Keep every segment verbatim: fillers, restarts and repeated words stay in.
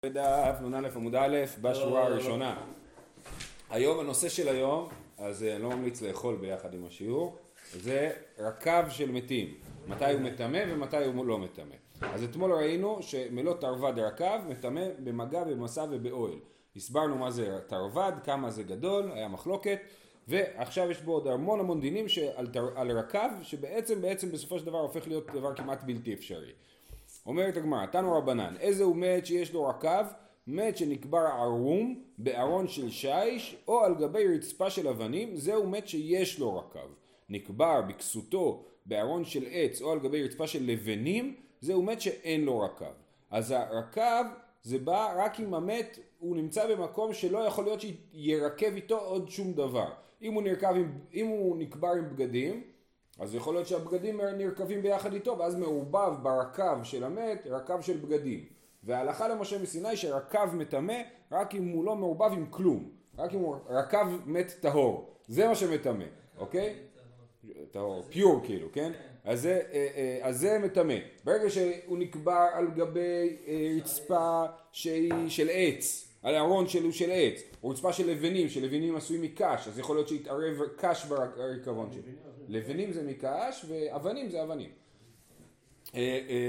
בדף נ"א עמוד א' בשורה הראשונה. היום הנושא של היום, אז אני לא ממליץ לאכול ביחד עם השיעור, זה רקב של מתים, מתי הוא מטמא ומתי הוא לא מטמא. אז אתמול ראינו שמלוא תרווד רקב מטמא במגע, במסע ובאוהל. הסברנו מה זה תרווד, כמה זה גדול, היה מחלוקת, ועכשיו יש בו עוד המון המון דינים שעל, על רקב שבעצם בעצם בסופו של דבר הופך להיות דבר כמעט בלתי אפשרי. אומרת הגמרא, תנו רבנן, איזה הוא מת שיש לו רקב? מת שנקבר ערום בארון של שיש או על גבי רצפה של אבנים, זהו מת שיש לו רקב. נקבר בכסותו בארון של עץ או על גבי רצפה של לבנים, זהו מת שאין לו רקב. אז הרקב זה בא רק אם המת הוא נמצא במקום שלא יכול להיות שירקב איתו עוד שום דבר. אם הוא, נרכב עם, אם הוא נקבר עם בגדים, אז יכול להיות שהבגדים נרכבים ביחד איתו, ואז מעורבב ברקב של המת, רקב של בגדים. וההלכה למשה מסיני שרקב מטמא רק אם הוא לא מעורבב עם כלום. רק אם הוא רקב מת טהור. זה מה שמטמא, אוקיי? טהור, פיור כאילו, כן? אז זה, אז זה מטמא. ברגע שהוא נקבר על גבי רצפה של עץ, על ארון שלו של עץ, או רצפה של לבנים, שלבנים עשויים מקש, אז יכול להיות שיתערב קש ברקבון שלו. לבנים זה מקש ואבנים זה אבנים. מי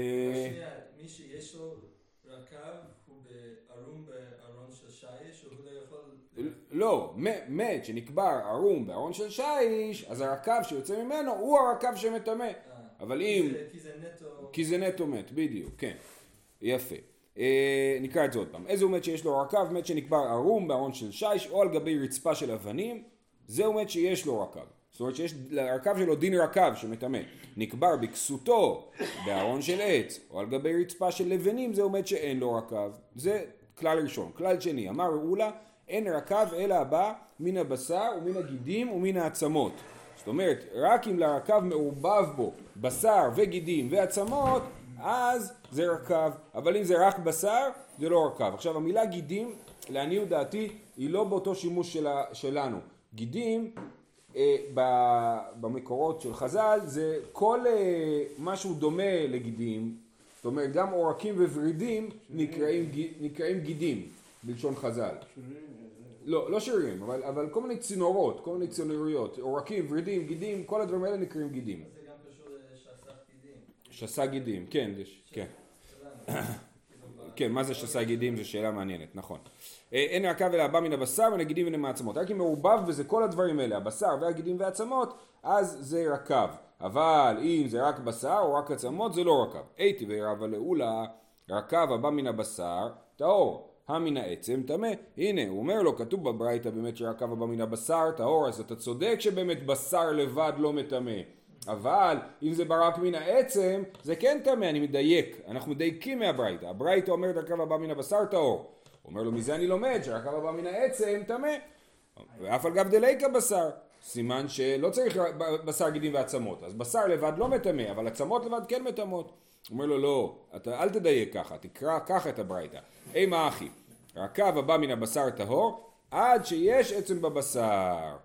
שיש לו רקב הוא ערום בארון של שיש, הוא לא יכול... לא, מת שנקבר ערום בארון של שיש, אז הרקב שיוצא ממנו הוא הרקב שמטמא. אבל אם... כי זה נטו... כי זה נטו מת, בדיוק, כן. יפה. נקרא את זה עוד פעם. איזה הוא מת שיש לו רקב? מת שנקבר ערום בארון של שיש או על גבי רצפה של אבנים, זהו מת שיש לו רקב. זאת אומרת שיש לרכב שלו דין רקב שמטמא. נקבר בכסותו בארון של עץ או על גבי רצפה של לבנים, זהו מת שאין לו רקב. זה כלל ראשון. כלל שני, אמר ראולה, אין רקב אלא הבא מן הבשר ומן הגידים ומן העצמות. זאת אומרת, רק אם לרכב מעורבב בו בשר וגידים ועצמות, אז זה רקב. אבל אם זה רק בשר, זה לא רקב. עכשיו, המילה גידים, לעניות דעתי, היא לא באותו שימוש שלה, שלנו. גידים, במקורות של חז"ל זה כל משהו דומה לגידים, זאת אומרת גם עורקים וורידים נקראים, נקראים גידים בלשון חז"ל. לא, לא שירים, אבל, אבל כל מיני צינורות, כל מיני צינוריות, עורקים, ורידים, גידים, כל הדברים האלה נקראים גידים. זה גם קשור לשס"ה גידים. שס"ה גידים, כן, כן. כן, מה זה שס"ה גידים? זו שאלה מעניינת, נכון. אין רקב אלא הבא מן הבשר מן הגידים ומן העצמות. רק אם מעורבב בזה כל הדברים האלה, הבשר והגידים והעצמות, אז זה רקב. אבל אם זה רק בשר או רק עצמות, זה לא רקב. הייתי ורבה לאולה, רקב הבא מן הבשר, טהור. המן העצם טמא. הנה, הוא אומר לו, כתוב בברייתא באמת שרקב הבא מן הבשר, טהור, אז אתה צודק שבאמת בשר לבד לא מטמא. אבל אם זה ברק מן העצם, זה כן טמא, אני מדייק. אנחנו מדייקים מהברייתא. הברייתא אומרת רקב הבא מן הבשר, טהור. אומר לו, מזה אני לומד שרקב הבא מן העצם טמא. ואף על גב דליקה בשר. סימן שלא צריך בשר גידים ועצמות. אז בשר לבד לא מטמא, אבל עצמות לבד כן מטמאות. אומר לו, לא, אתה אל תדייק ככה, תקרא ככה את הברייתא. אי מה אחי, רקב הבא מן הבשר טהור, עד שיש עצם בבשר.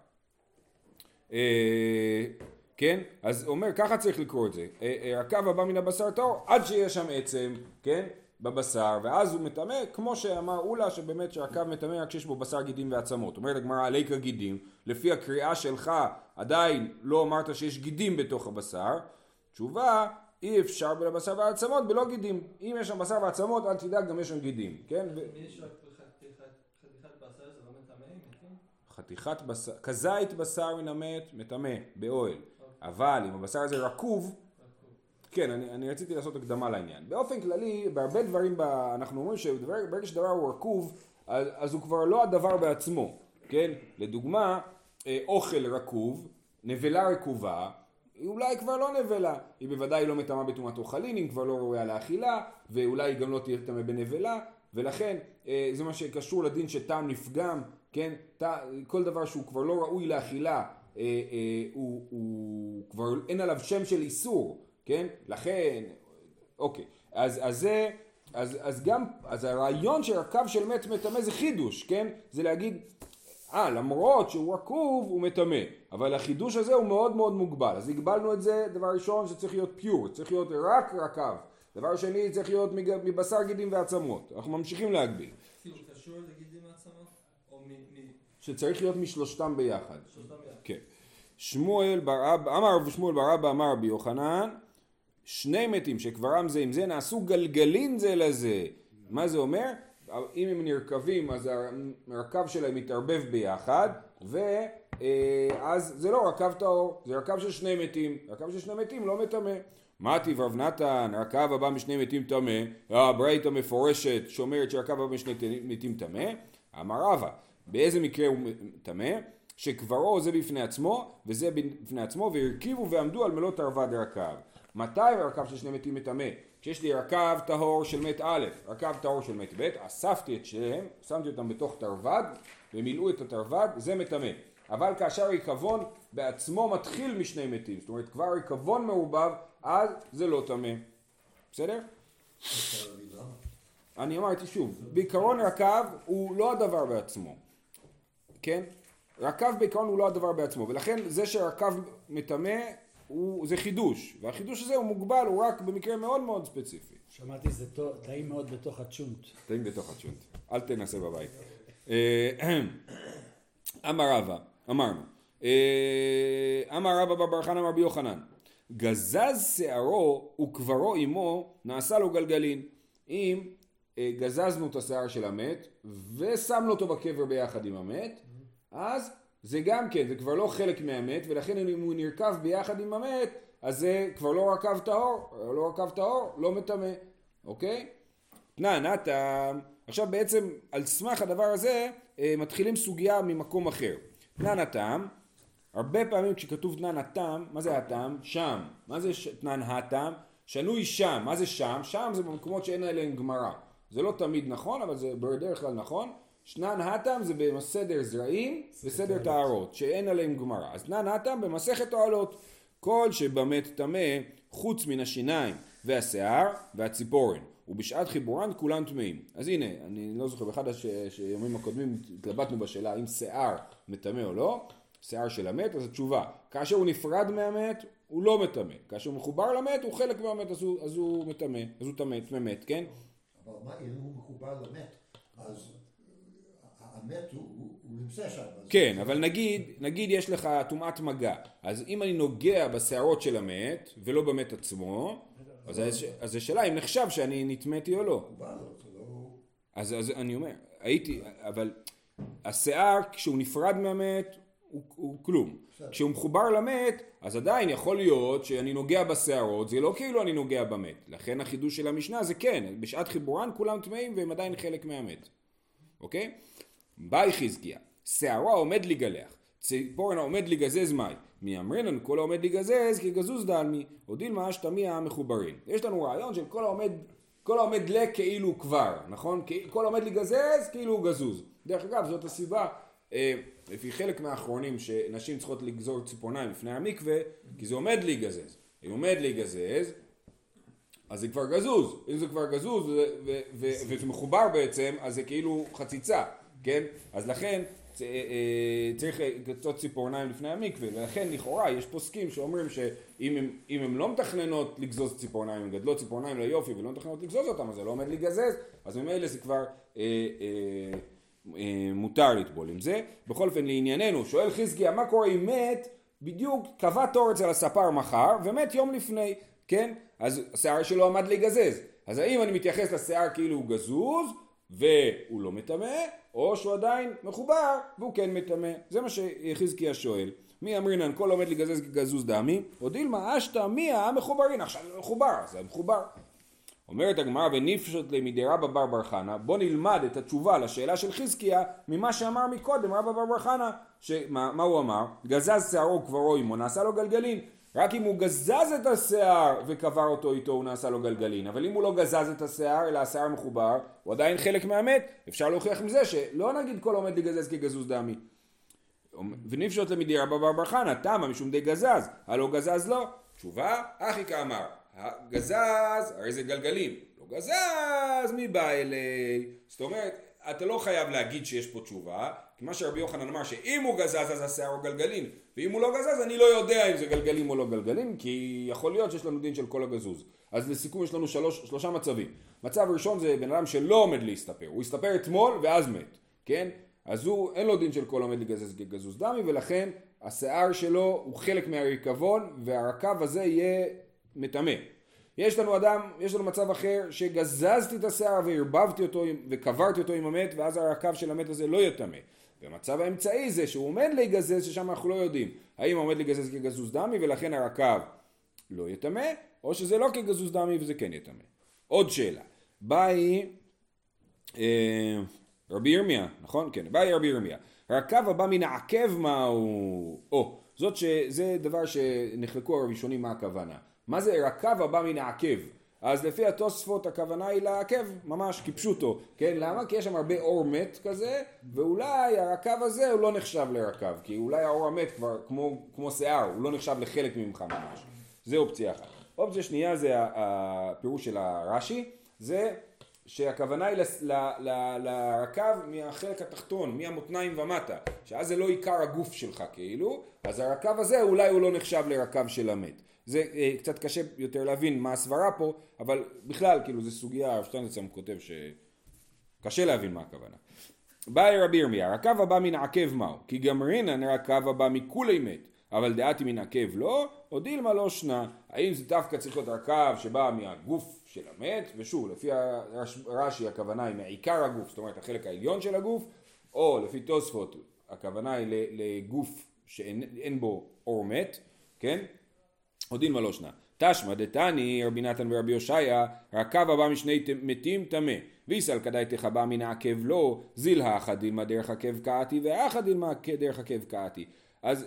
אה... כן? אז הוא אומר, ככה צריך לקרוא את זה. רקב הבא מן הבשר טהור, עד שיש שם עצם, כן? בבשר, ואז הוא מטמא, כמו שאמר אולה, שבאמת שרקב מטמא רק שיש בו בשר גידים ועצמות. אומרת הגמרא, עליקה גידים, לפי הקריאה שלך, עדיין לא אמרת שיש גידים בתוך הבשר. תשובה, אי אפשר בין הבשר והעצמות בלא גידים. אם יש שם בשר ועצמות, אל תדאג, גם יש שם גידים, כן? מי יש רק חתיכת בשר, זה לא מטמא? חתיכת בשר, כזית בשר מן המת, מטמא, באוהל. אבל אם הבשר הזה רקוב, כן, אני, אני רציתי לעשות הקדמה לעניין. באופן כללי, בהרבה דברים בה, אנחנו אומרים שברגע שדבר הוא רקוב, אז, אז הוא כבר לא הדבר בעצמו, כן? לדוגמה, אוכל רקוב, נבלה רקובה, היא אולי כבר לא נבלה, היא בוודאי לא מטמאה בטומאת אוכלין, היא כבר לא ראויה לאכילה, ואולי גם לא תהיה טמא בנבלה, ולכן זה מה שקשור לדין שטעם נפגם, כן? כל דבר שהוא כבר לא ראוי לאכילה, אה, אה, הוא, הוא כבר אין עליו שם של איסור, כן? לכן, אוקיי, אז, אז זה, אז, אז גם, אז הרעיון שרקב של מת מטמא זה חידוש, כן? זה להגיד, אה, למרות שהוא רקוב הוא מטמא, אבל החידוש הזה הוא מאוד מאוד מוגבל, אז הגבלנו את זה, דבר ראשון שצריך להיות פיור, צריך להיות רק רקב, דבר שני צריך להיות מבשר גידים ועצמות, אנחנו ממשיכים להגביל. כאילו קשור לגידים ועצמות? או מ... שצריך להיות משלושתם ביחד. שלושתם ביחד. כן. שמואל בר אבא, אמר רבי שמואל בר אבא אמר רבי יוחנן, שני מתים שקברם זה עם זה נעשו גלגלין זה לזה. מה זה אומר? אם הם נרכבים אז הרכב שלהם מתערבב ביחד, ואז זה לא רכב טהור, זה רכב של שני מתים. רכב של שני מתים לא מטמא. מתי ורב נתן, רכב הבא משני מתים טמא, הברייתא מפורשת שאומרת שרכב הבא משני מתים טמא. אמר רבא, באיזה מקרה הוא טמא? שקברו זה בפני עצמו וזה בפני עצמו, והרכיבו ועמדו על מלוא תרווד הרכב. מתי הרכב של שני מתים מטמא? כשיש לי רכב טהור של מת א', רכב טהור של מת ב', אספתי את שניהם, שמתי אותם בתוך תרווד ומילאו את התרווד, זה מטמא. אבל כאשר ריקבון בעצמו מתחיל משני מתים, זאת אומרת כבר ריקבון מעובב, אז זה לא טמא. בסדר? אני אמרתי שוב, בעיקרון רכב הוא לא הדבר בעצמו, כן? רכב בעיקרון הוא לא הדבר בעצמו, ולכן זה שרכב מטמא הוא, זה חידוש, והחידוש הזה הוא מוגבל, הוא רק במקרה מאוד מאוד ספציפי. שמעתי, זה טעים מאוד בתוך הצ'ונט. טעים בתוך הצ'ונט, אל תנסה בבית. אמר רבא, אמרנו, אמר רבא בר בר חנא אמר רבי יוחנן, גזז שערו וקברו עמו נעשה לו גלגלין. אם גזזנו את השיער של המת ושמנו אותו בקבר ביחד עם המת, אז זה גם כן, זה כבר לא חלק מהמת, ולכן אם הוא נרכב ביחד עם המת, אז זה כבר לא רכב טהור, לא רכב טהור, לא מטמא, אוקיי? תנא נתם, עכשיו בעצם על סמך הדבר הזה מתחילים סוגיה ממקום אחר. תנא נתם, הרבה פעמים כשכתוב תנא נתם, מה זה התם? שם. מה זה תנא התם? שנוי שם. מה זה שם? שם זה במקומות שאין עליהם גמרא. זה לא תמיד נכון, אבל זה בדרך כלל נכון. שנן התם זה בסדר זרעים וסדר טהרות, שאין עליהם גמרא. אז שנן התם במסכת תועלות, כל שבמת טמא חוץ מן השיניים והשיער והציפורן, ובשעת חיבורן כולם טמאים. אז הנה, אני לא זוכר, באחד הימים הקודמים התלבטנו בשאלה האם שיער מטמא או לא, שיער של המת, אז התשובה, כאשר הוא נפרד מהמת, הוא לא מטמא. כאשר הוא מחובר למת, הוא חלק מהמת, אז הוא, אז הוא מטמא, אז הוא טמא, מת, כן? אבל מה אם הוא מחובר למת? אז המת הוא, הוא, הוא נמצא שם. כן, אבל נגיד, נגיד יש לך טומאת מגע, אז אם אני נוגע בשערות של המת, ולא במת עצמו, אז, אז זה שאלה אם נחשב שאני נטמאתי או לא. אז, אז אני אומר, הייתי, אבל השיער כשהוא נפרד מהמת, הוא, הוא כלום. כשהוא מחובר למת, אז עדיין יכול להיות שאני נוגע בשערות, זה לא כאילו אני נוגע במת. לכן החידוש של המשנה זה כן, בשעת חיבורן כולם טמאים והם עדיין חלק מהמת. אוקיי? באי חזקיה, שערה עומד לגלח, ציפורן עומד לגזז מי, מי אמרינן כל העומד לגזז כגזוז דלמי, או דילמה אשתמיה המחוברים. יש לנו רעיון של כל העומד, כל העומד לה כאילו כבר, נכון? כל העומד לגזז כאילו הוא גזוז. דרך אגב זאת הסיבה, אה, לפי חלק מהאחרונים שנשים צריכות לגזור ציפורניים לפני המקווה, כי זה עומד להיגזז. אם עומד להיגזז, אז זה כבר גזוז. אם זה כבר גזוז וזה מחובר בעצם, אז זה כאילו חציצה, כן? אז לכן צריך לגזור ציפורניים לפני המקווה, ולכן לכאורה יש פוסקים שאומרים שאם הם, אם הם לא מתכננות לגזוז ציפורניים, הם גדלות ציפורניים ליופי ולא מתכננות לגזוז אותם, אז זה לא עומד להיגזז, אז ממילא זה כבר אה, אה, אה, מותר לטבול עם זה. בכל אופן לענייננו, שואל חזקיה, מה קורה אם מת, בדיוק קבע תור אצל הספר מחר, ומת יום לפני, כן? אז השיער שלו עמד להיגזז. אז האם אני מתייחס לשיער כאילו הוא גזוז, והוא לא מטמא, או שהוא עדיין מחובר, והוא כן מטמא. זה מה שחזקיה שואל. מי אמרינן כל עומד להיגזז כגזוז דמי, או דילמה אשתא מי המחוברין, עכשיו זה מחובר, זה מחובר. אומרת הגמרא ונפשוט למדי רבא בר בר חנא, בוא נלמד את התשובה לשאלה של חזקיה, ממה שאמר מקודם רבא בר בר חנא, שמה מה הוא אמר? גזז שערו קברו עמו, נעשה לו גלגלין. רק אם הוא גזז את השיער וקבר אותו איתו הוא נעשה לו גלגלין, אבל אם הוא לא גזז את השיער אלא השיער מחובר, הוא עדיין חלק מהמת, אפשר להוכיח מזה שלא נגיד כל עומד לגזז כגזוז דמי. ונפשוט למדי רבא בר בר חנא, תמה משום די גזז, הלא גזז לא. תשובה, אחי כאמר, גזז, הרי זה גלגלים, לא גזז, מי בא אלי? זאת אומרת, אתה לא חייב להגיד שיש פה תשובה, כי מה שרבי יוחנן אמר שאם הוא גזז אז השיער הוא גלגלים, ואם הוא לא גזז אני לא יודע אם זה גלגלים או לא גלגלים, כי יכול להיות שיש לנו דין של כל הגזוז. אז לסיכום יש לנו שלוש, שלושה מצבים. מצב ראשון זה בן אדם שלא עומד להסתפר, הוא הסתפר אתמול ואז מת, כן? אז הוא אין לו דין של כל עומד לגזז גזוז דמי, ולכן השיער שלו הוא חלק מהריקבון, והרקב הזה יהיה מטמא. יש לנו אדם, יש לנו מצב אחר שגזזתי את השיער והרבבתי אותו וקברתי אותו עם המת, ואז הרקב של המת הזה לא יטמא. והמצב האמצעי זה שהוא עומד להיגזז, ששם אנחנו לא יודעים האם הוא עומד להיגזז כגזוז דמי ולכן הרקב לא יטמא, או שזה לא כגזוז דמי וזה כן יטמא. עוד שאלה, באי אה, רבי ירמיה, נכון? כן, באי רבי ירמיה, הרקב הבא מן העקב מהו? או, זאת שזה דבר שנחלקו הראשונים מה הכוונה. מה זה רקב הבא מן העקב? אז לפי התוספות הכוונה היא לעקב, ממש כפשוטו, כן? למה? כי יש שם הרבה אור מת כזה, ואולי הרקב הזה הוא לא נחשב לרקב, כי אולי האור המת כבר כמו, כמו שיער, הוא לא נחשב לחלק ממך ממש. זה אופציה אחת. אופציה שנייה זה הפירוש של הרש"י, זה שהכוונה היא ל- ל- לרקב מהחלק התחתון, מהמותניים ומטה, שאז זה לא עיקר הגוף שלך כאילו, אז הרקב הזה אולי הוא לא נחשב לרקב של המת. זה אה, קצת קשה יותר להבין מה הסברה פה, אבל בכלל כאילו זה סוגיה, שטיינזלץ כותב שקשה להבין מה הכוונה. באי רבי ירמיה, הרקב הבא מן עקב מהו? כי גמרינן הרקב הבא מכולי מת, אבל דעתי מן עקב לא, או דילמה לא שנה. האם זה דווקא צריך להיות רקב שבא מהגוף של המת, ושוב לפי הרש"י הכוונה היא מעיקר הגוף, זאת אומרת החלק העליון של הגוף, או לפי תוספות הכוונה היא לגוף שאין בו אור מת, כן? או דילמה לא שנה. תשמע דתני רבי נתן ורבי יושעיה, הרקב הבא משני מתים טמא, ויסל כדאי תחבא מן העקב לא, זיל האחד דילמה דרך עקב קעתי, והאחד דילמה דרך עקב קעתי. אז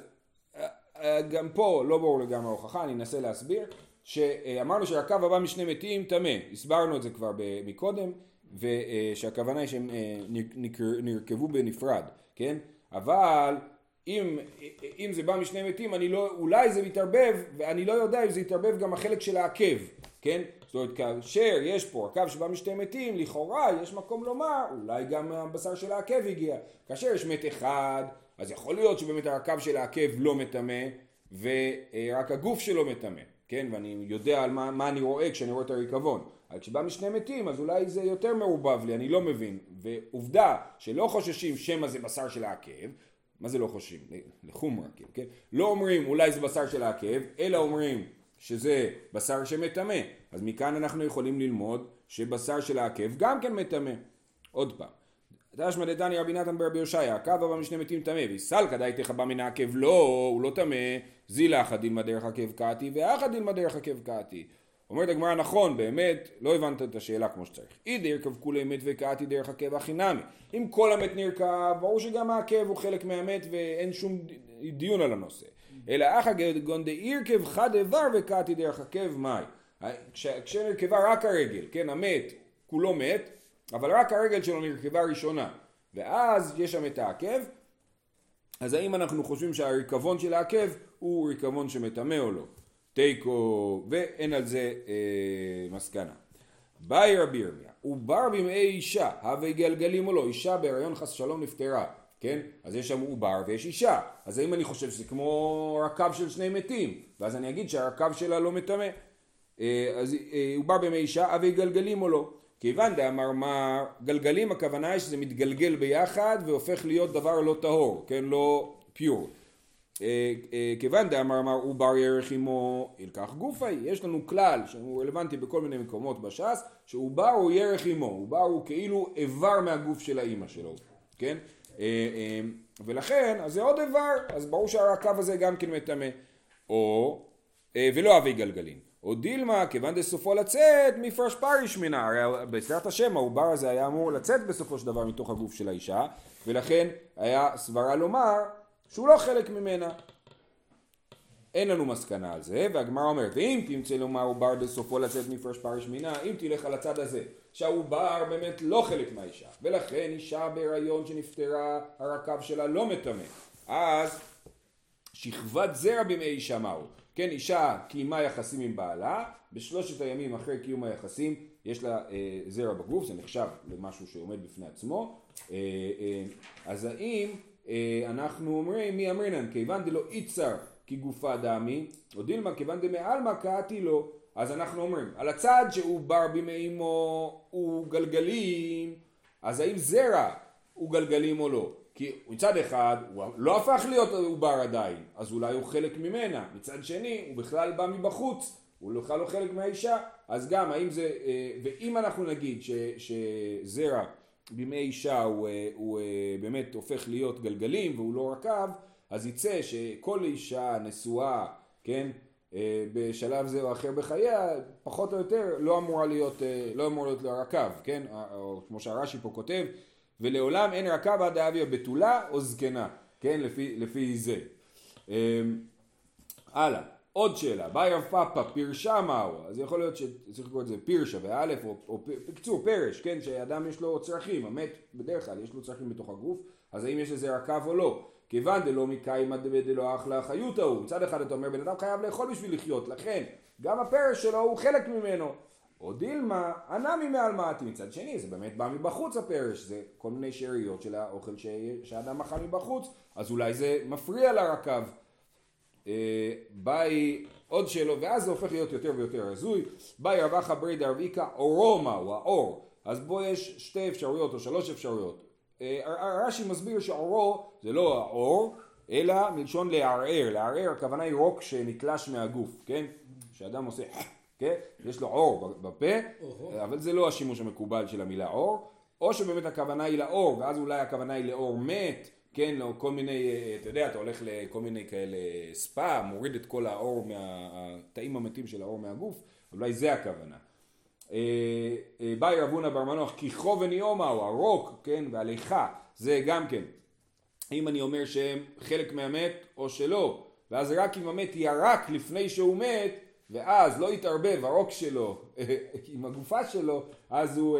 גם פה לא ברור לגמרי ההוכחה, אני אנסה להסביר, שאמרנו שהרקב הבא משני מתים טמא, הסברנו את זה כבר מקודם, ושהכוונה היא שהם נרכבו בנפרד, כן? אבל אם, אם זה בא משני מתים, אני לא, אולי זה מתערבב, ואני לא יודע אם זה יתערבב גם החלק של העקב, כן? זאת אומרת, כאשר יש פה עקב שבא משני מתים, לכאורה יש מקום לומר, אולי גם הבשר של העקב הגיע. כאשר יש מת אחד, אז יכול להיות שבאמת העקב של העקב לא מטמא, ורק הגוף שלו מטמא, כן? ואני יודע על מה, מה אני רואה כשאני רואה את הריקבון. אבל כשבא משני מתים, אז אולי זה יותר מעורבב לי, אני לא מבין. ועובדה שלא חוששים שמה זה בשר של העקב, מה זה לא חושבים? לחומרה, כן? לא אומרים אולי זה בשר של העקב, אלא אומרים שזה בשר שמטמא. אז מכאן אנחנו יכולים ללמוד שבשר של העקב גם כן מטמא. עוד פעם. תשמע דתני רבי נתן ברבי יושעיה, העקב הבא משני מתים טמא, ויסל כדאי תחבא מן העקב לא, הוא לא טמא, זילה אחד דילמה דרך עקב קעתי, ואחד דילמה דרך עקב קעתי. אומרת הגמרא נכון, באמת, לא הבנת את השאלה כמו שצריך. אי דרכב כולי מת וקעתי דרך עקב הכי נמי. אם כל המת נרכב, ברור שגם העקב הוא חלק מהמת ואין שום דיון על הנושא. אלא אחא גונדה ירכב חד איבר וקעתי דרך עקב מאי. כשנרכבה רק הרגל, כן, המת כולו מת, אבל רק הרגל שלו נרכבה ראשונה. ואז יש שם את העקב, אז האם אנחנו חושבים שהריקבון של העקב הוא ריקבון שמטמא או לא? תיקו, ואין על זה אה, מסקנה. באי רבי ירמיה, עובר במעי אישה, הווי גלגלים או לא, אישה בהיריון חס שלום נפטרה, כן? אז יש שם עובר ויש אישה, אז האם אני חושב שזה כמו רקב של שני מתים, ואז אני אגיד שהרקב שלה לא מטמא, אה, אז אה, עובר במעי אישה, הווי גלגלים או לא, כיוון דאמר מה, גלגלים הכוונה היא שזה מתגלגל ביחד והופך להיות דבר לא טהור, כן? לא פיור. כיוון דאמר אמר עובר ירך עמו ילקח גופי, יש לנו כלל שהוא רלוונטי בכל מיני מקומות בש"ס, שעובר הוא ירך עמו, עובר הוא כאילו איבר מהגוף של האמא שלו, כן? ולכן, אז זה עוד איבר, אז ברור שהרקב הזה גם כן מטמא, או, ולא אבי גלגלים, או דילמה, כיוון דסופו לצאת מפרש פריש מנה, הרי בעזרת השם העובר הזה היה אמור לצאת בסופו של דבר מתוך הגוף של האישה, ולכן היה סברה לומר שהוא לא חלק ממנה. אין לנו מסקנה על זה, והגמרא אומרת, ואם תמצא לומר עובר בסופו לצאת מפרש פריש מינה, אם תלך על הצד הזה, שהעובר באמת לא חלק מהאישה, ולכן אישה בהיריון שנפטרה, הרקב שלה לא מטמא. אז שכבת זרע במעי אישה מהו? כן, אישה קיימה יחסים עם בעלה, בשלושת הימים אחרי קיום היחסים יש לה אה, זרע בגוף, זה נחשב למשהו שעומד בפני עצמו, אה, אה, אז האם אה, אנחנו אומרים מי אמרינן, כיוון דלא איצר כגופה דמי, או דילמה כיוון דמעלמא קאתי לו, אז אנחנו אומרים, על הצד שהוא בר במאימו הוא גלגלים, אז האם זרע הוא גלגלים או לא? כי מצד אחד הוא לא הפך להיות עובר עדיין, אז אולי הוא חלק ממנה, מצד שני הוא בכלל בא מבחוץ, הוא בכלל לא חלק מהאישה, אז גם האם זה, ואם אנחנו נגיד ש, שזרע בימי אישה הוא, הוא באמת הופך להיות גלגלים והוא לא רכב, אז יצא שכל אישה נשואה, כן, בשלב זה או אחר בחייה, פחות או יותר לא אמורה להיות, לא אמור להיות לרכב, כן, או כמו שהרש"י פה כותב, ולעולם אין רכב עד האביה בתולה או זקנה, כן, לפי, לפי זה. הלאה, עוד שאלה, באי רב פאפא פירשה מהו, אז יכול להיות שצריך לקרוא את זה פירשה באלף, או, או בקצור פרש, כן, שאדם יש לו צרכים, המת בדרך כלל יש לו צרכים בתוך הגוף, אז האם יש לזה רכב או לא? כיוון דלא מקיימא דלא אכלה חיותא הוא, מצד אחד אתה אומר בן אדם חייב לאכול בשביל לחיות, לכן גם הפרש שלו הוא חלק ממנו. או דילמה, הנמי מעלמאתי, מצד שני, זה באמת בא מבחוץ הפרש, זה כל מיני שאריות של האוכל ש... שהאדם אכל מבחוץ, אז אולי זה מפריע לרכב. אה, באי עוד שאלות, ואז זה הופך להיות יותר ויותר הזוי, באי רב אחא ברי דרב איכא אורו מהו, האור, אז בו יש שתי אפשרויות או שלוש אפשרויות. אה, רש"י מסביר שאורו זה לא האור, אלא מלשון לערער, לערער הכוונה היא רוק שנתלש מהגוף, כן? שאדם עושה... כן? יש לו אור בפה, אבל זה לא השימוש המקובל של המילה אור, או שבאמת הכוונה היא לאור, ואז אולי הכוונה היא לאור מת, כן, לא, כל מיני, אתה יודע, אתה הולך לכל מיני כאלה ספא, מוריד את כל האור, מהתאים המתים של האור מהגוף, אולי זה הכוונה. באי רב הונא בר מנוח, כיכו וניאומה, או הרוק, כן, והליכה, זה גם כן. אם אני אומר שהם חלק מהמת או שלא, ואז רק אם המת ירק לפני שהוא מת, ואז לא יתערבב הרוק שלו עם הגופה שלו, אז הוא,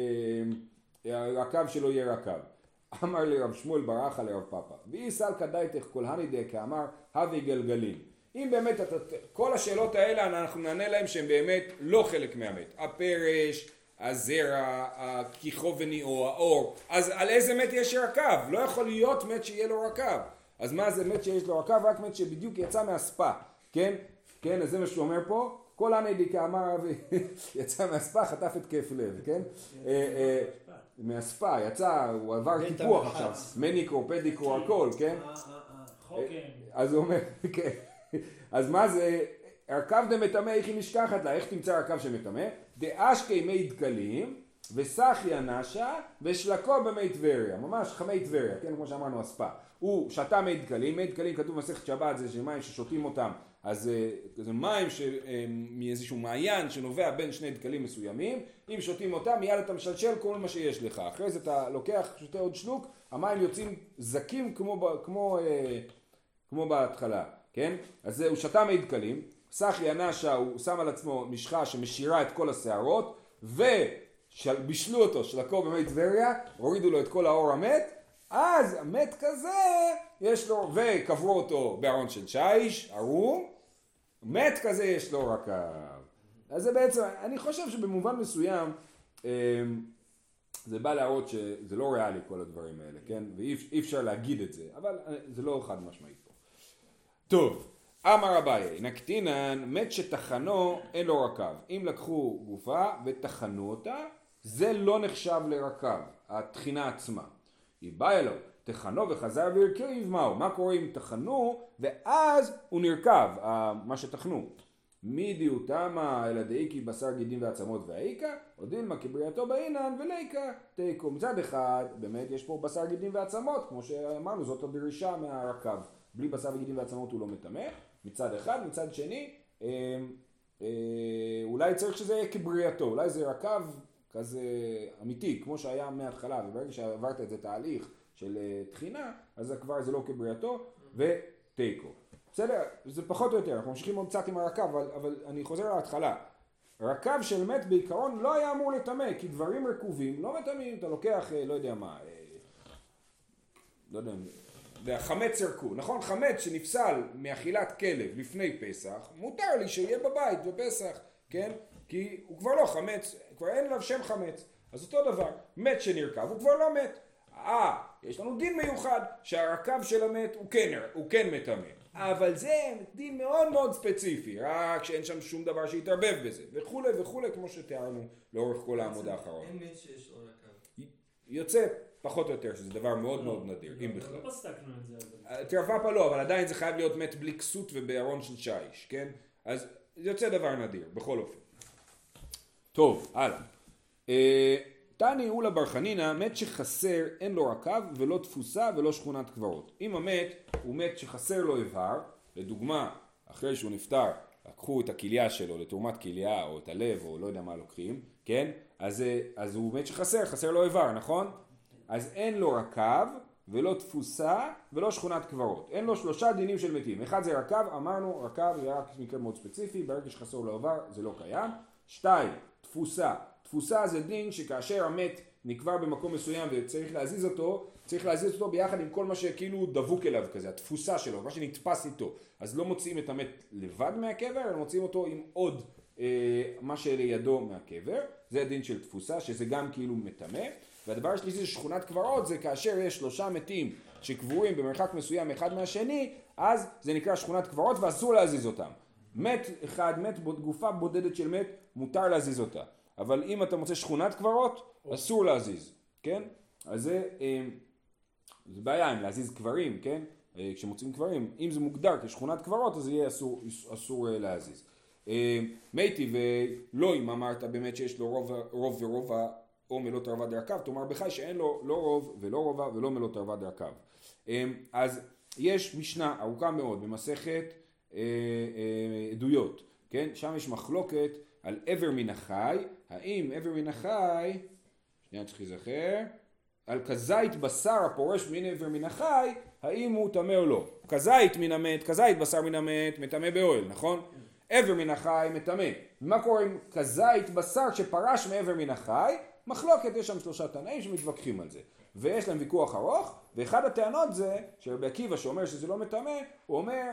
הרכב שלו יהיה רכב. אמר לרב שמואל בר אחא לרב פאפא, ואי סלקא דייתך כל הנידא כאמר הווי גלגלים. אם באמת אתה, כל השאלות האלה אנחנו נענה להם שהם באמת לא חלק מהמת. הפרש, הזרע, הכיכו וניאו, האור, אז על איזה מת יש רכב? לא יכול להיות מת שיהיה לו רכב. אז מה זה מת שיש לו רכב? רק מת שבדיוק יצא מהספא, כן? כן, אז זה מה שהוא אומר פה, כל הנדיקה אמר יצא מהספא, חטף את כיף לב, כן? מהספא, יצא, הוא עבר טיפוח עכשיו, מניקו, פדיקו, הכל, כן? אז הוא אומר, כן, אז מה זה, הרכב דמטמא איך היא נשכחת לה, איך תמצא הרכב שמטמא? דאשקי מי דקלים וסחיה נשה ושלקו במי טבריה, ממש חמי טבריה, כן, כמו שאמרנו הספא. הוא שתה מי דקלים, מי דקלים כתוב במסכת שבת, זה מים ששותים אותם, אז זה מים מאיזשהו מעיין שנובע בין שני דקלים מסוימים, אם שותים אותם מיד אתה משלשל כל מה שיש לך, אחרי זה אתה לוקח, שותה עוד שלוק, המים יוצאים זקים כמו, כמו, כמו בהתחלה, כן? אז הוא שתה מי דקלים, סחיה נשה הוא שם על עצמו משחה שמשאירה את כל השערות, ובישלו אותו שלקו במי טבריה, הורידו לו את כל האור המת, אז המת כזה יש לו, וקברו אותו בארון של שיש, ערום, מת כזה יש לו רכב. אז זה בעצם, אני חושב שבמובן מסוים, זה בא להראות שזה לא ריאלי כל הדברים האלה, כן? ואי אפשר להגיד את זה, אבל זה לא חד משמעית פה. טוב, אמר אביי, נקטינן, מת שטחנו אין לו רכב. אם לקחו גופה וטחנו אותה, זה לא נחשב לרכב, התחינה עצמה. היא באה לו, תחנו וחזר והרכיב מהו? מה קורה אם תחנו ואז הוא נרכב, מה שתחנו? מידי ותמה אלא דאיקי בשר גידים ועצמות והאיקה, או דילמה כבריאתו באינן ולאיקה תיקו. מצד אחד באמת יש פה בשר גידים ועצמות, כמו שאמרנו זאת הדרישה מהרכב, בלי בשר וגידים ועצמות הוא לא מטמא, מצד אחד, מצד שני אה, אה, אולי צריך שזה יהיה כבריאתו, אולי זה רכב כזה אמיתי, כמו שהיה מההתחלה, וברגע שעברת את זה תהליך של תחינה, אז זה כבר זה לא כבריאתו, ותיקו. בסדר? זה פחות או יותר, אנחנו ממשיכים עוד קצת עם הרכב, אבל, אבל אני חוזר להתחלה. רכב של מת בעיקרון לא היה אמור לטמא, כי דברים רקובים לא מטמאים, אתה לוקח, לא יודע מה, לא יודע, חמץ ירקו, נכון? חמץ שנפסל מאכילת כלב לפני פסח, מותר לי שיהיה בבית בפסח, כן? כי כי הוא כבר לא חמץ, כבר אין עליו שם חמץ. אז אותו דבר, מת שנרקב הוא כבר לא מת. אה, יש לנו דין מיוחד שהרקב של המת הוא כן, הוא כן מטמא. אבל זה דין מאוד מאוד ספציפי, רק שאין שם שום דבר שיתערבב בזה, וכולי וכולי, כמו שתיארנו לאורך כל העמוד האחרון. אין מת שיש לו רקב. יוצא פחות או יותר שזה דבר מאוד מאוד נדיר, אם בכלל. לא פסקנו את זה. טרפה לא, אבל עדיין זה חייב להיות מת בלי כסות ובארון של שיש, כן? אז יוצא דבר נדיר, בכל אופן. טוב, הלאה. תני אולה בר חנינא, מת שחסר אין לו רקב ולא תפוסה ולא שכונת קברות. אם המת הוא מת שחסר לו איבר, לדוגמה, אחרי שהוא נפטר, לקחו את הכליה שלו לתרומת כליה או את הלב או לא יודע מה לוקחים, כן? אז, אז הוא מת שחסר, חסר לו איבר, נכון? אז אין לו רקב ולא תפוסה ולא שכונת קברות. אין לו שלושה דינים של מתים. אחד זה רקב, אמרנו, רקב זה רק מקרה מאוד ספציפי, ברגע שחסר לו איבר זה לא קיים. שתיים, תפוסה. תפוסה זה דין שכאשר המת נקבר במקום מסוים וצריך להזיז אותו, צריך להזיז אותו ביחד עם כל מה שכאילו דבוק אליו כזה, התפוסה שלו, מה שנתפס איתו. אז לא מוציאים את המת לבד מהקבר, אלא מוציאים אותו עם עוד אה, מה שלידו מהקבר. זה הדין של תפוסה, שזה גם כאילו מטמא. והדבר השלישי זה שכונת קברות, זה כאשר יש שלושה מתים שקבורים במרחק מסוים אחד מהשני, אז זה נקרא שכונת קברות ואסור להזיז אותם. מת אחד, מת גופה בודדת של מת, מותר להזיז אותה. אבל אם אתה מוצא שכונת קברות, אסור להזיז, כן? אז זה, זה בעיה אם להזיז קברים, כן? כשמוצאים קברים, אם זה מוגדר כשכונת קברות, אז יהיה אסור, אסור להזיז. מייטי ולא אם אמרת באמת שיש לו רוב, רוב ורובע או מלות ערווה דרכיו, תאמר בחי שאין לו לא רוב ולא רובע ולא מלות ערווה דרכיו. אז יש משנה ארוכה מאוד במסכת עדויות, כן? שם יש מחלוקת על עבר מן החי, האם עבר מן החי, שנייה צריך להיזכר, על כזית בשר הפורש מן עבר מן החי, האם הוא טמא או לא. כזית מן המת, כזית בשר מן המת, מטמא באוהל, נכון? עבר מן החי מטמא. מה קורה עם כזית בשר שפרש מעבר מן החי? מחלוקת, יש שם שלושה תנאים שמתווכחים על זה. ויש להם ויכוח ארוך, ואחד הטענות זה, שרבי עקיבא שאומר שזה לא מטמא, הוא אומר,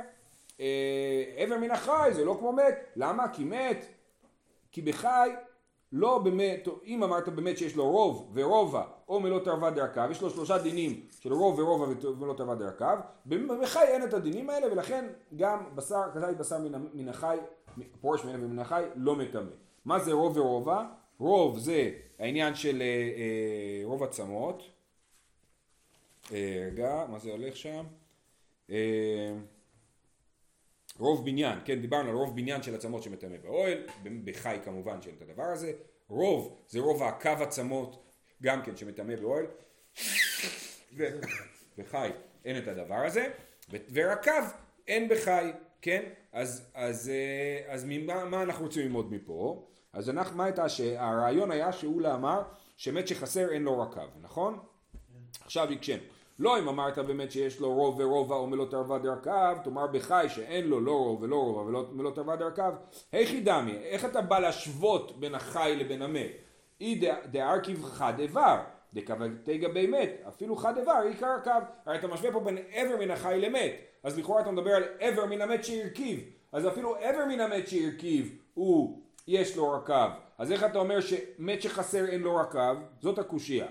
עבר מן החי זה לא כמו מת. למה? כי מת, כי בחי לא באמת, אם אמרת באמת שיש לו רוב ורובע או מלות ערווה דרכיו, יש לו שלושה דינים של רוב ורובע ומלות ערווה דרכיו, בחי אין את הדינים האלה, ולכן גם בשר, כזית בשר מן, מן החי, פורש מן ומן החי לא מטמא. מה זה רוב ורובע? רוב זה העניין של אה, אה, רוב עצמות. אה, רגע, מה זה הולך שם? אה, רוב בניין, כן, דיברנו על רוב בניין של עצמות שמטמא באוהל, בחי כמובן שאין את הדבר הזה. רוב זה רוב הקו עצמות, גם כן שמטמא באוהל, בחי אין את הדבר הזה, ורקב אין בחי, כן? אז, אז, אז ממה, מה אנחנו רוצים ללמוד מפה? אז אנחנו, מה הייתה שהרעיון היה שאולה אמר שמת שחסר אין לו רקב, נכון? עכשיו יקשן. לא אם אמרת באמת שיש לו רוב ורובע או מלות ערווה דרכיו, תאמר בחי שאין לו לא רוב ולא רובע ולא מלות ערווה דרכיו, היכי דמי, איך אתה בא להשוות בין החי לבין המת? אי דארכיב חד איבר, דקבתי גבי מת, אפילו חד איבר, עיקר הקו, הרי אתה משווה פה בין עבר מן החי למת, אז לכאורה אתה מדבר על עבר מן המת שהרכיב, אז אפילו עבר מן המת שהרכיב הוא, יש לו רקב, אז איך אתה אומר שמת שחסר אין לו רקב? זאת הקושיה.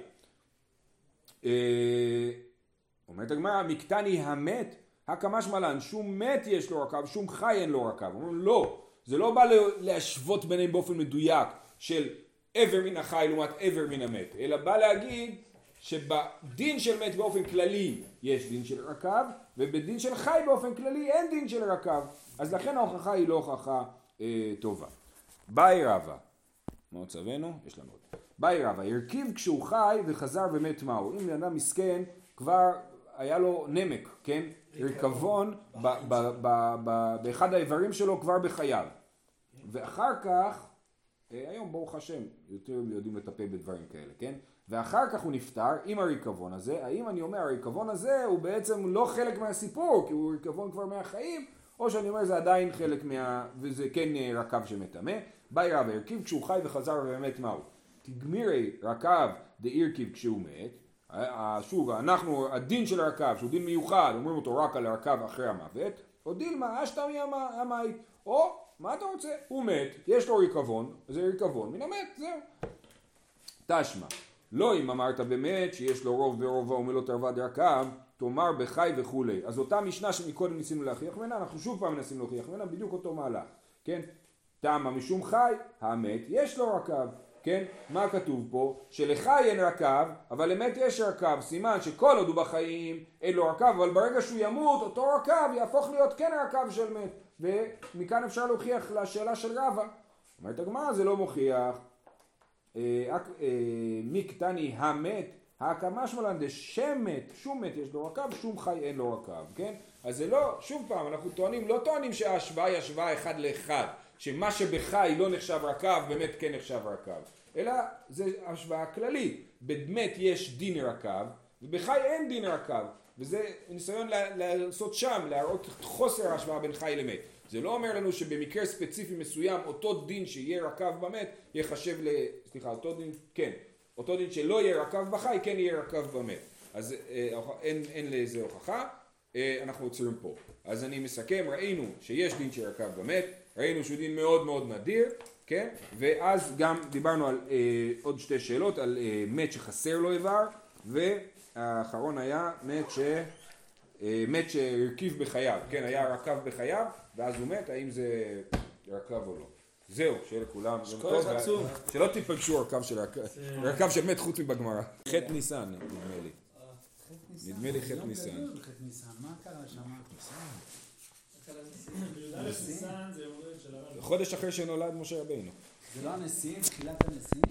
אומרת הגמרא, מקטני המת, הקמש מלן, שום מת יש לו רקב, שום חי אין לו רקב. אומרים לא, זה לא בא להשוות ביניהם באופן מדויק של עבר מן החי לעומת עבר מן המת, אלא בא להגיד שבדין של מת באופן כללי יש דין של רקב, ובדין של חי באופן כללי אין דין של רקב. אז לכן ההוכחה היא לא הוכחה אה, טובה. באי רבא, מה מצבנו? יש לנו עוד. באי רבא, הרכיב כשהוא חי וחזר ומת מהו. אם בן אדם מסכן כבר היה לו נמק, כן? ריקבון באחד האיברים שלו כבר בחייו. ואחר כך, היום ברוך השם, יותר יודעים לטפל בדברים כאלה, כן? ואחר כך הוא נפטר עם הריקבון הזה. האם אני אומר הריקבון הזה הוא בעצם לא חלק מהסיפור, כי הוא ריקבון כבר מהחיים, או שאני אומר זה עדיין חלק מה... וזה כן רקב שמטמא. באי רבא, הרכיב כשהוא חי וחזר ומת מהו. תגמירי רקב דהרכיב כשהוא מת. שוב, אנחנו, הדין של הרקב, שהוא דין מיוחד, אומרים אותו רק על הרקב אחרי המוות, או דילמה, אשתמי המאית, או מה אתה רוצה? הוא מת, יש לו ריקבון, זה ריקבון מן המת, זהו. תשמע, לא אם אמרת באמת שיש לו רוב ורובו ומלוא תרווד רקב, תאמר בחי וכולי. אז אותה משנה שמקודם ניסינו להוכיח ממנה, אנחנו שוב פעם מנסים להוכיח ממנה, בדיוק אותו מהלך, כן? תמה משום חי, המת יש לו רקב, כן? מה כתוב פה? שלחי אין רקב, אבל למת יש רקב, סימן שכל עוד הוא בחיים אין לו רקב, אבל ברגע שהוא ימות, אותו רקב יהפוך להיות כן רקב של מת, ומכאן אפשר להוכיח לשאלה של רבא. אומרת הגמרא, זה לא מוכיח. מי קטני המת, ההקמה שמלן דשמת, שום מת יש לו רקב, שום חי אין לו רקב, כן? אז זה לא, שוב פעם, אנחנו טוענים, לא טוענים שההשוואה היא השוואה אחד לאחד, שמה שבחי לא נחשב רקב, באמת כן נחשב רקב, אלא זה השוואה כללית, במת יש דין רקב, ובחי אין דין רקב, וזה ניסיון לעשות שם, להראות חוסר ההשוואה בין חי למת. זה לא אומר לנו שבמקרה ספציפי מסוים, אותו דין שיהיה רקב במת, יחשב ל... סליחה, אותו דין, כן, אותו דין שלא יהיה רקב בחי, כן יהיה רקב במת. אז אה, אין, אין לזה הוכחה, אה, אנחנו עוצרים פה. אז אני מסכם, ראינו שיש דין של רקב במת, ראינו שהוא דין מאוד מאוד נדיר, כן? ואז גם דיברנו על אה, עוד שתי שאלות, על אה, מת שחסר לו איבר, והאחרון היה מת ש... מת שהרכיב בחייו, כן, היה רקב בחייו, ואז הוא מת, האם זה רקב או לא. זהו, שיהיה לכולם, שלא תיפגשו רקב של רקב של מת חוץ מבגמרא. חטא ניסן, נדמה לי. נדמה לי חטא ניסן. מה קרה שם? ניסן זה יורד של הרב. חודש אחרי שנולד משה רבינו. זה לא הנשיאים, תחילת הנשיאים?